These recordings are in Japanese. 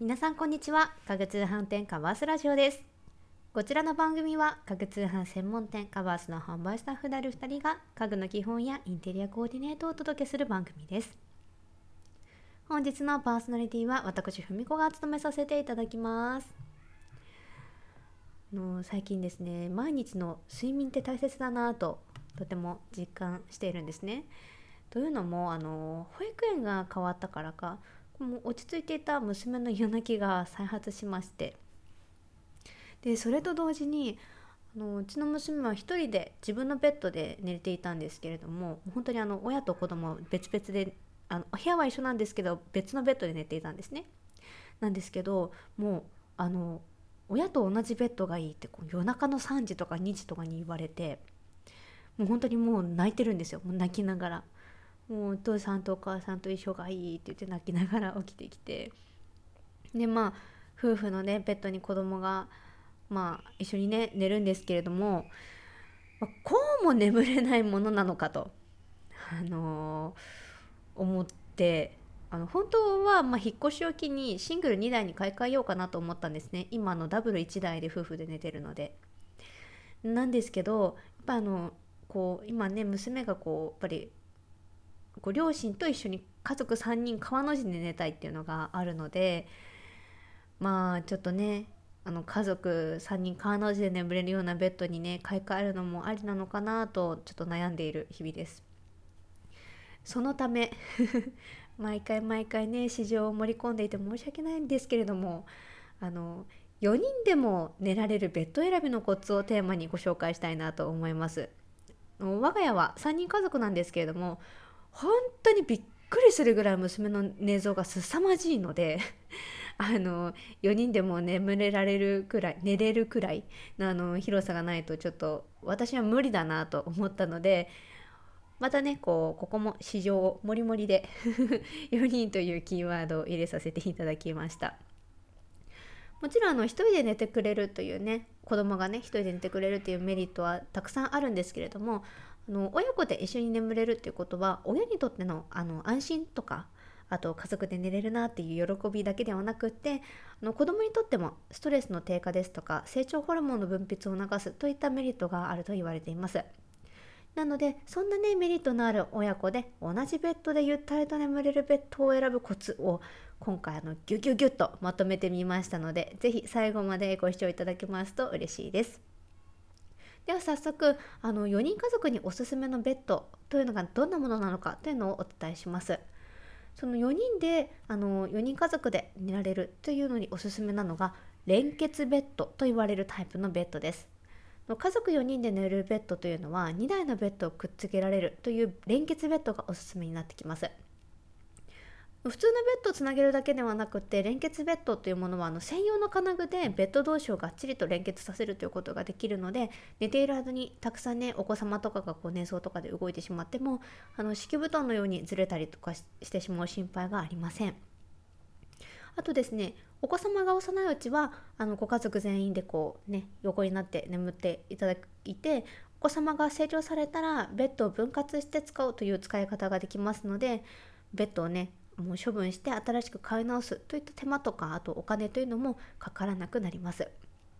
皆さんこんにちは。家具通販店カバースラジオです。こちらの番組は家具通販専門店カバースの販売スタッフである2人が家具の基本やインテリアコーディネートをお届けする番組です。本日のパーソナリティは私ふみこが務めさせていただきます。最近ですね、毎日の睡眠って大切だなととても実感しているんですね。というのも保育園が変わったからか、もう落ち着いていた娘の夜泣きが再発しまして、でそれと同時にうちの娘は一人で自分のベッドで寝ていたんですけれども、本当に親と子供別々で部屋は一緒なんですけど別のベッドで寝ていたんですね。なんですけど、もう親と同じベッドがいいって夜中の3時とか2時とかに言われて、もう本当にもう泣いてるんですよ。もう泣きながら、もうお父さんとお母さんと一緒がいいって言って泣きながら起きてきて、で夫婦のねベッドに子供が一緒にね寝るんですけれども、こうも眠れないものなのかと、思って、本当は引っ越しを機にシングル2台に買い替えようかなと思ったんですね。今ダブル1台で夫婦で寝てるので。なんですけど、やっぱ今ね娘がやっぱり両親と一緒に家族3人川の字で寝たいっていうのがあるので、ちょっとね家族3人川の字で眠れるようなベッドにね買い替えるのもありなのかなとちょっと悩んでいる日々です。そのため毎回ね市場を盛り込んでいて申し訳ないんですけれども、4人でも寝られるベッド選びのコツをテーマにご紹介したいなと思います。我が家は3人家族なんですけれども、本当にびっくりするぐらい娘の寝相が凄まじいので4人でも眠れられるくらい寝れるくらいの広さがないとちょっと私は無理だなと思ったので、またねここも市場をもりもりで4人というキーワードを入れさせていただきました。もちろん一人で寝てくれるというね、子供がね一人で寝てくれるというメリットはたくさんあるんですけれども、親子で一緒に眠れるっていうことは親にとっての安心とか、あと家族で寝れるなっていう喜びだけではなくって、子供にとってもストレスの低下ですとか成長ホルモンの分泌を促すといったメリットがあると言われています。なのでそんなねメリットのある親子で同じベッドでゆったりと眠れるベッドを選ぶコツを今回ギュギュギュッとまとめてみましたので、ぜひ最後までご視聴いただけますと嬉しいです。では早速4人家族におすすめのベッドというのがどんなものなのかというのをお伝えします。その4人で4人家族で寝られるというのにおすすめなのが連結ベッドと言われるタイプのベッドです。家族4人で寝るベッドというのは2台のベッドをくっつけられるという連結ベッドがおすすめになってきます。普通のベッドをつなげるだけではなくて、連結ベッドというものは専用の金具でベッド同士をがっちりと連結させるということができるので、寝ている間にたくさんねお子様とかが寝相とかで動いてしまっても敷布団のようにずれたりとかしてしまう心配がありません。あとですね、お子様が幼いうちはご家族全員で横になって眠っていただいて、お子様が成長されたらベッドを分割して使うという使い方ができますので、ベッドをねもう処分して新しく買い直すといった手間とか、あとお金というのもかからなくなります。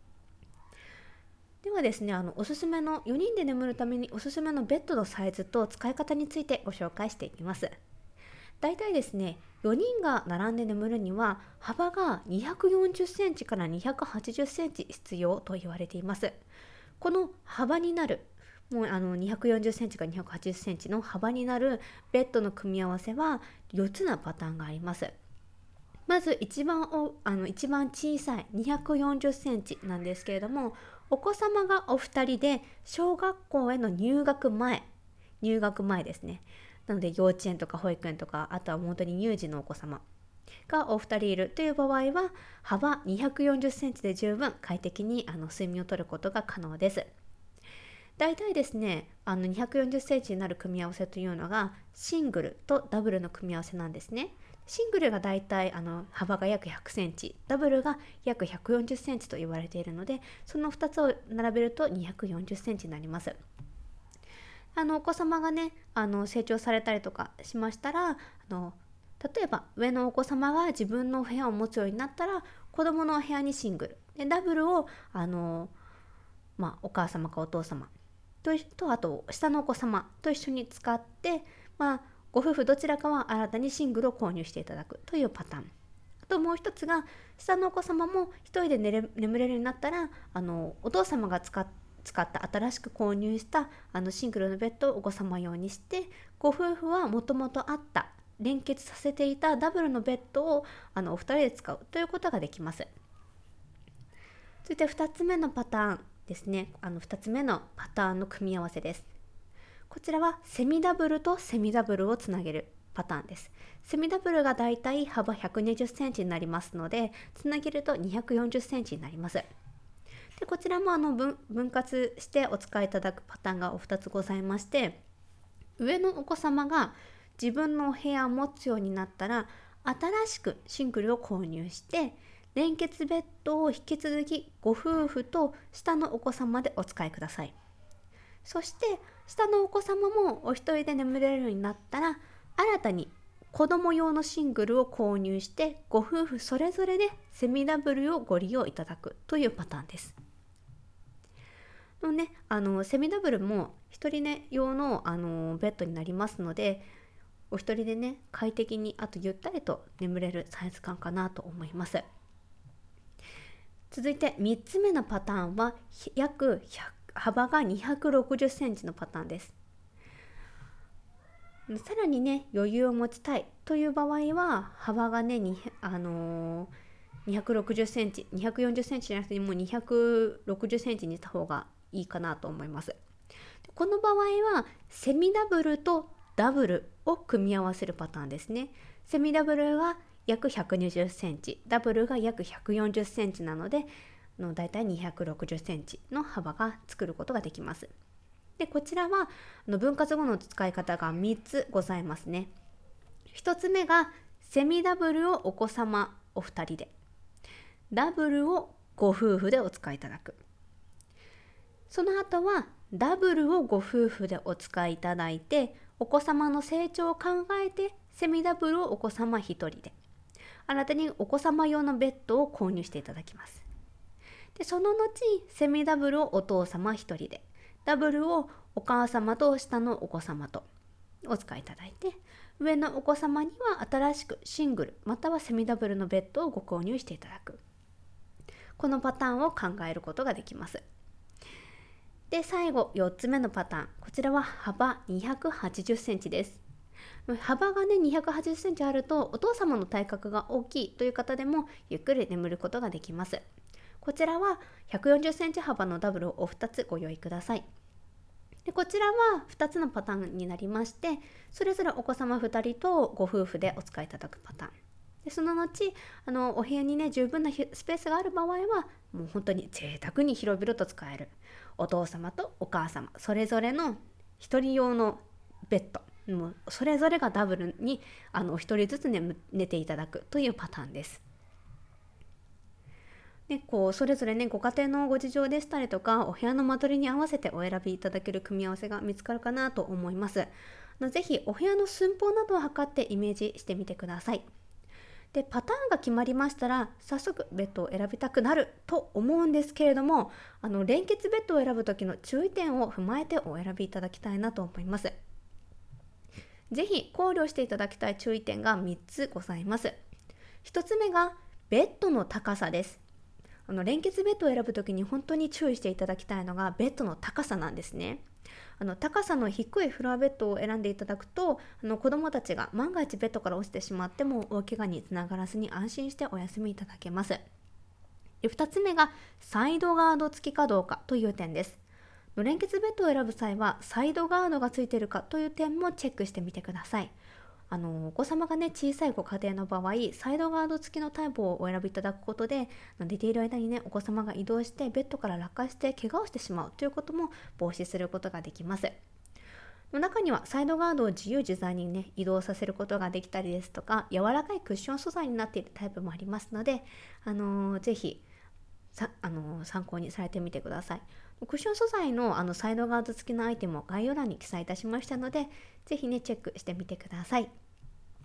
ではですね、おすすめの4人で眠るためにおすすめのベッドのサイズと使い方についてご紹介していきます。だいたいですね、4人が並んで眠るには幅が240センチから280センチ必要と言われています。この幅になる、もう240センチから280センチの幅になるベッドの組み合わせは4つのパターンがあります。まず一番小さい240センチなんですけれども、お子様がお二人で小学校への入学前ですね。なので幼稚園とか保育園とか、あとは本当に乳児のお子様がお二人いるという場合は幅240センチで十分快適に睡眠をとることが可能です。だいたいですね240センチになる組み合わせというのがシングルとダブルの組み合わせなんですね。シングルがだいたい幅が約100センチ、ダブルが約140センチと言われているので、その2つを並べると240センチになります。お子様がね成長されたりとかしましたら例えば上のお子様が自分のお部屋を持つようになったら、子供のお部屋にシングルで、ダブルをお母様かお父様とあと下のお子様と一緒に使って、ご夫婦どちらかは新たにシングルを購入していただくというパターン。あともう一つが、下のお子様も一人で眠れるようになったら、お父様が使った新しく購入したシングルのベッドをお子様用にして、ご夫婦はもともとあった連結させていたダブルのベッドをお二人で使うということができます。続いて2つ目のパターンですね。2つ目のパターンの組み合わせです。こちらはセミダブルとセミダブルをつなげるパターンです。セミダブルがだいたい幅120センチになりますので、つなげると240センチになります。でこちらも分割してお使いいただくパターンがお2つございまして、上のお子様が自分のお部屋を持つようになったら、新しくシングルを購入して連結ベッドを引き続きご夫婦と下のお子様でお使いください。そして下のお子様もお一人で眠れるようになったら、新たに子供用のシングルを購入してご夫婦それぞれでセミダブルをご利用いただくというパターンです。セミダブルも一人用の、ベッドになりますので、お一人で快適にゆったりと眠れるサイズ感かなと思います。続いて3つ目のパターンは幅が260センチのパターンです。さらに余裕を持ちたいという場合は、幅が260センチ、240センチじゃなくてもう260センチにした方がいいかなと思います。この場合はセミダブルとダブルを組み合わせるパターンですね。セミダブルが約120センチ、ダブルが約140センチなので、だいたい260センチの幅が作ることができます。でこちらは分割後の使い方が3つございますね。1つ目がセミダブルをお子様お二人で、ダブルをご夫婦でお使いいただく。その後はダブルをご夫婦でお使いいただいて、お子様の成長を考えてセミダブルをお子様1人で、新たにお子様用のベッドを購入していただきます。でその後セミダブルをお父様1人で、ダブルをお母様と下のお子様とお使いいただいて、上のお子様には新しくシングルまたはセミダブルのベッドをご購入していただく。このパターンを考えることができます。で最後4つ目のパターン、こちらは幅280センチです。幅が280センチあると、お父様の体格が大きいという方でもゆっくり眠ることができます。こちらは140センチ幅のダブルをお2つご用意ください。でこちらは2つのパターンになりまして、それぞれお子様2人とご夫婦でお使いいただくパターンで、その後お部屋に十分なスペースがある場合は、もう本当に贅沢に広々と使えるお父様とお母様それぞれの1人用のベッド、もうそれぞれがダブルにお一人ずつ、寝ていただくというパターンです。それぞれご家庭のご事情でしたりとか、お部屋の間取りに合わせてお選びいただける組み合わせが見つかるかなと思います。ぜひお部屋の寸法などを測ってイメージしてみてください。でパターンが決まりましたら、早速ベッドを選びたくなると思うんですけれども、連結ベッドを選ぶ時の注意点を踏まえてお選びいただきたいなと思います。ぜひ考慮していただきたい注意点が3つございます。1つ目がベッドの高さです。連結ベッドを選ぶときに本当に注意していただきたいのがベッドの高さなんですね。高さの低いフロアベッドを選んでいただくと、子どもたちが万が一ベッドから落ちてしまっても大怪我につながらずに安心してお休みいただけます。で2つ目がサイドガード付きかどうかという点です。連結ベッドを選ぶ際はサイドガードがついているかという点もチェックしてみてください。お子様が小さいご家庭の場合、サイドガード付きのタイプをお選びいただくことで、寝ている間にお子様が移動してベッドから落下して怪我をしてしまうということも防止することができます。中にはサイドガードを自由自在に移動させることができたりですとか、柔らかいクッション素材になっているタイプもありますので、ぜひ参考にされてみてください。クッション素材のサイドガード付きのアイテムを概要欄に記載いたしましたので、ぜひチェックしてみてください。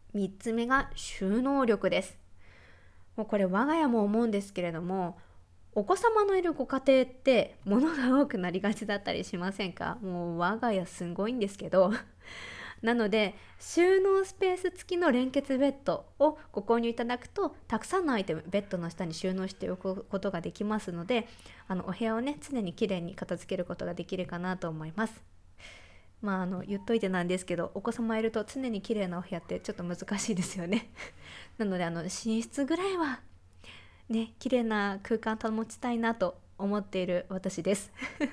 3つ目が収納力です。もうこれ我が家も思うんですけれども、お子様のいるご家庭って物が多くなりがちだったりしませんか？もう我が家すごいんですけどなので収納スペース付きの連結ベッドをご購入いただくと、たくさんのアイテムベッドの下に収納しておくことができますので、お部屋をね常にきれいに片付けることができるかなと思います。言っといてなんですけど、お子様いると常に綺麗なお部屋ってちょっと難しいですよねなので寝室ぐらいはね綺麗な空間保ちたいなと思っている私です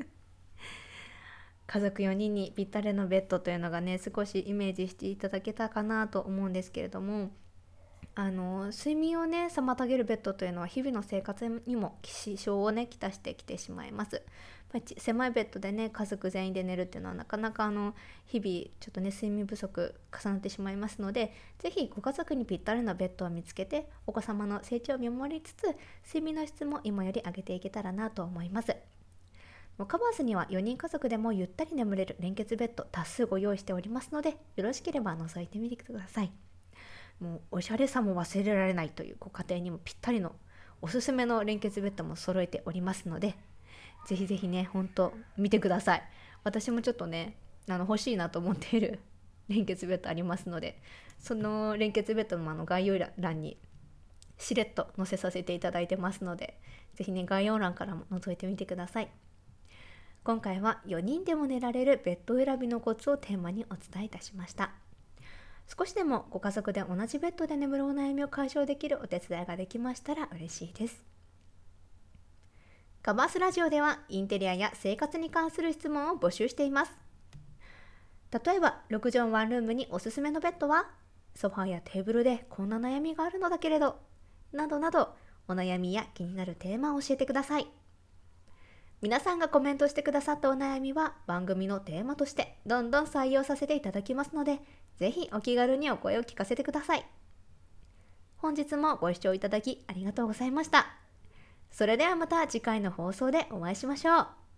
家族4人にぴったりのベッドというのがね、少しイメージしていただけたかなと思うんですけれども、睡眠をね妨げるベッドというのは日々の生活にも支障をねきたしてきてしまいます。やっぱり狭いベッドでね家族全員で寝るっていうのはなかなか日々ちょっとね睡眠不足重なってしまいますので、ぜひご家族にぴったりのベッドを見つけてお子様の成長を見守りつつ、睡眠の質も今より上げていけたらなと思います。カバースには4人家族でもゆったり眠れる連結ベッド多数ご用意しておりますので、よろしければ覗いてみてください。もうおしゃれさも忘れられないというご家庭にもぴったりのおすすめの連結ベッドも揃えておりますので、ぜひぜひねほんと見てください。私もちょっとね欲しいなと思っている連結ベッドありますので、その連結ベッドの概要欄にしれっと載せさせていただいてますので、ぜひね概要欄からも覗いてみてください。今回は4人でも寝られるベッド選びのコツをテーマにお伝えいたしました。少しでもご家族で同じベッドで眠るお悩みを解消できるお手伝いができましたら嬉しいです。カバースラジオではインテリアや生活に関する質問を募集しています。例えば6畳ワンルームにおすすめのベッドは、ソファーやテーブルでこんな悩みがあるのだけれど、などなどお悩みや気になるテーマを教えてください。皆さんがコメントしてくださったお悩みは番組のテーマとしてどんどん採用させていただきますので、ぜひお気軽にお声を聞かせてください。本日もご視聴いただきありがとうございました。それではまた次回の放送でお会いしましょう。